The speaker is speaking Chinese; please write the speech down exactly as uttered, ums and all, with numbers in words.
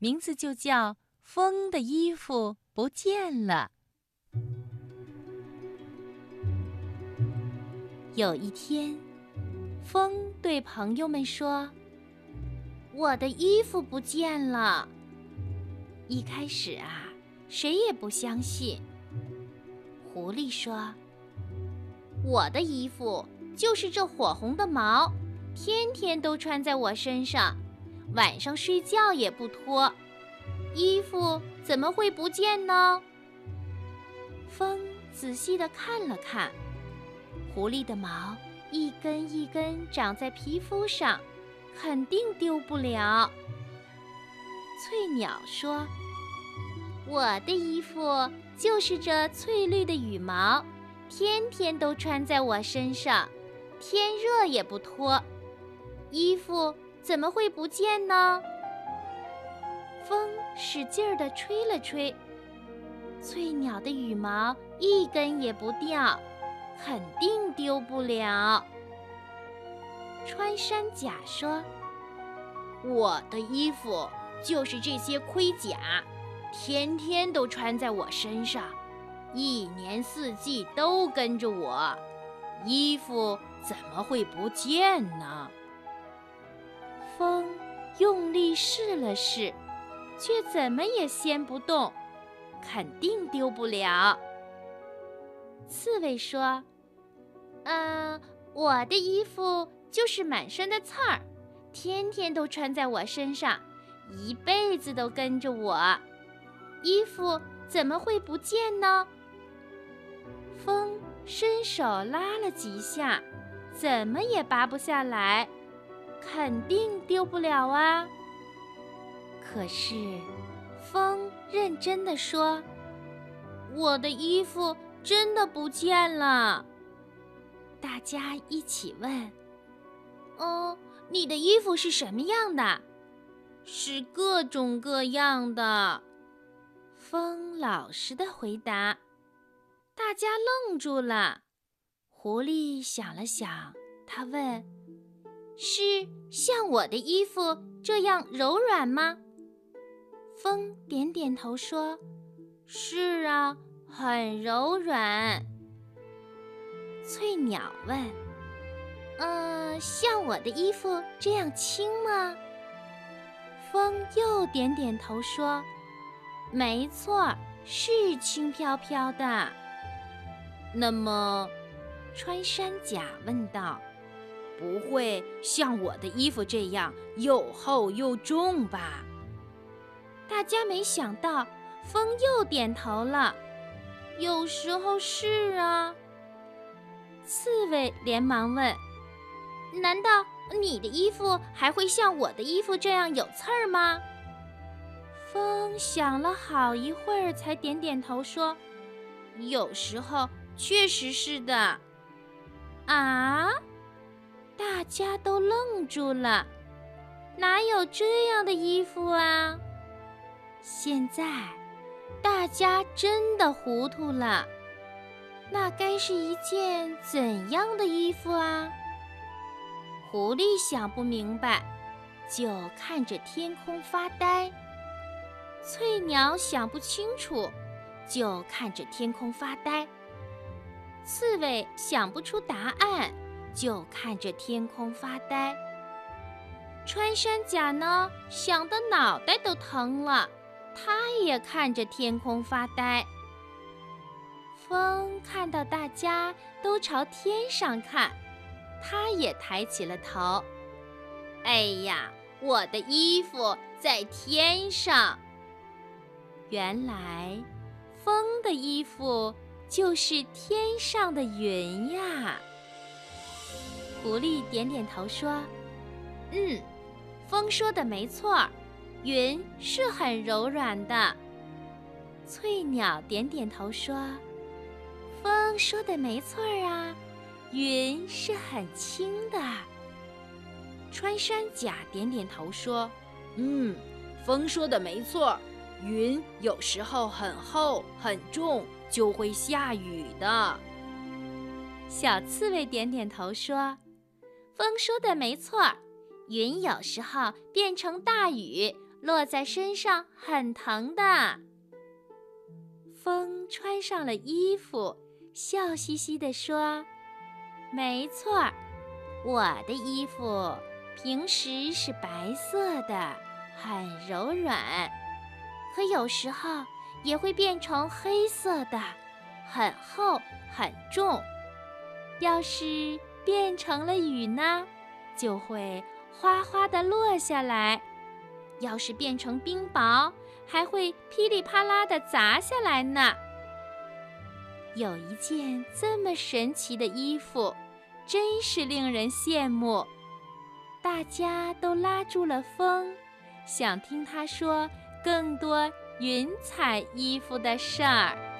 名字就叫《风的衣服不见了》。有一天，风对朋友们说：“我的衣服不见了。”一开始啊，谁也不相信。狐狸说：“我的衣服就是这火红的毛，天天都穿在我身上，晚上睡觉也不脱，衣服怎么会不见呢？”风仔细地看了看，狐狸的毛一根一根长在皮肤上，肯定丢不了。翠鸟说：“我的衣服就是这翠绿的羽毛，天天都穿在我身上，天热也不脱，衣服怎么会不见呢？”风使劲儿地吹了吹，翠鸟的羽毛一根也不掉，肯定丢不了。穿山甲说：“我的衣服就是这些盔甲，天天都穿在我身上，一年四季都跟着我，衣服怎么会不见呢？”风用力试了试，却怎么也掀不动，肯定丢不了。刺猬说：“嗯、呃，我的衣服就是满身的刺儿，天天都穿在我身上，一辈子都跟着我，衣服怎么会不见呢？”风伸手拉了几下，怎么也拔不下来，肯定丢不了啊。可是风认真地说：“我的衣服真的不见了。”大家一起问：“哦，你的衣服是什么样的？”“是各种各样的。”风老实地回答。大家愣住了。狐狸想了想，他问：“是像我的衣服这样柔软吗？”风点点头说：“是啊，很柔软。”翠鸟问：“呃，像我的衣服这样轻吗？”风又点点头说：“没错，是轻飘飘的。”那么，穿山甲问道：“不会像我的衣服这样又厚又重吧？”大家没想到，风又点头了。有时候是啊。刺猬连忙问：“难道你的衣服还会像我的衣服这样有刺儿吗？”风想了好一会儿，才点点头说：“有时候确实是的。”啊！大家都愣住了，哪有这样的衣服啊？现在大家真的糊涂了，那该是一件怎样的衣服啊？狐狸想不明白，就看着天空发呆。翠鸟想不清楚，就看着天空发呆。刺猬想不出答案，就看着天空发呆。穿山甲呢，想得脑袋都疼了，他也看着天空发呆。风看到大家都朝天上看，他也抬起了头。哎呀，我的衣服在天上！原来，风的衣服就是天上的云呀。狐狸点点头说：“嗯，风说的没错，云是很柔软的。”翠鸟点点头说：“风说的没错啊，云是很轻的。”穿山甲点点头说：“ 嗯，风说的没错，云有时候很厚很重，就会下雨的。” 小刺猬点点头说：“风说的没错，云有时候变成大雨， 落在身上很疼的。风穿上了衣服，笑嘻嘻地说：“没错，我的衣服平时是白色的，很柔软，可有时候也会变成黑色的，很厚很重。要是变成了雨呢，就会哗哗地落下来；要是变成冰雹，还会噼里啪啦地砸下来呢。有一件这么神奇的衣服，真是令人羡慕。”大家都拉住了风，想听他说更多云彩衣服的事儿。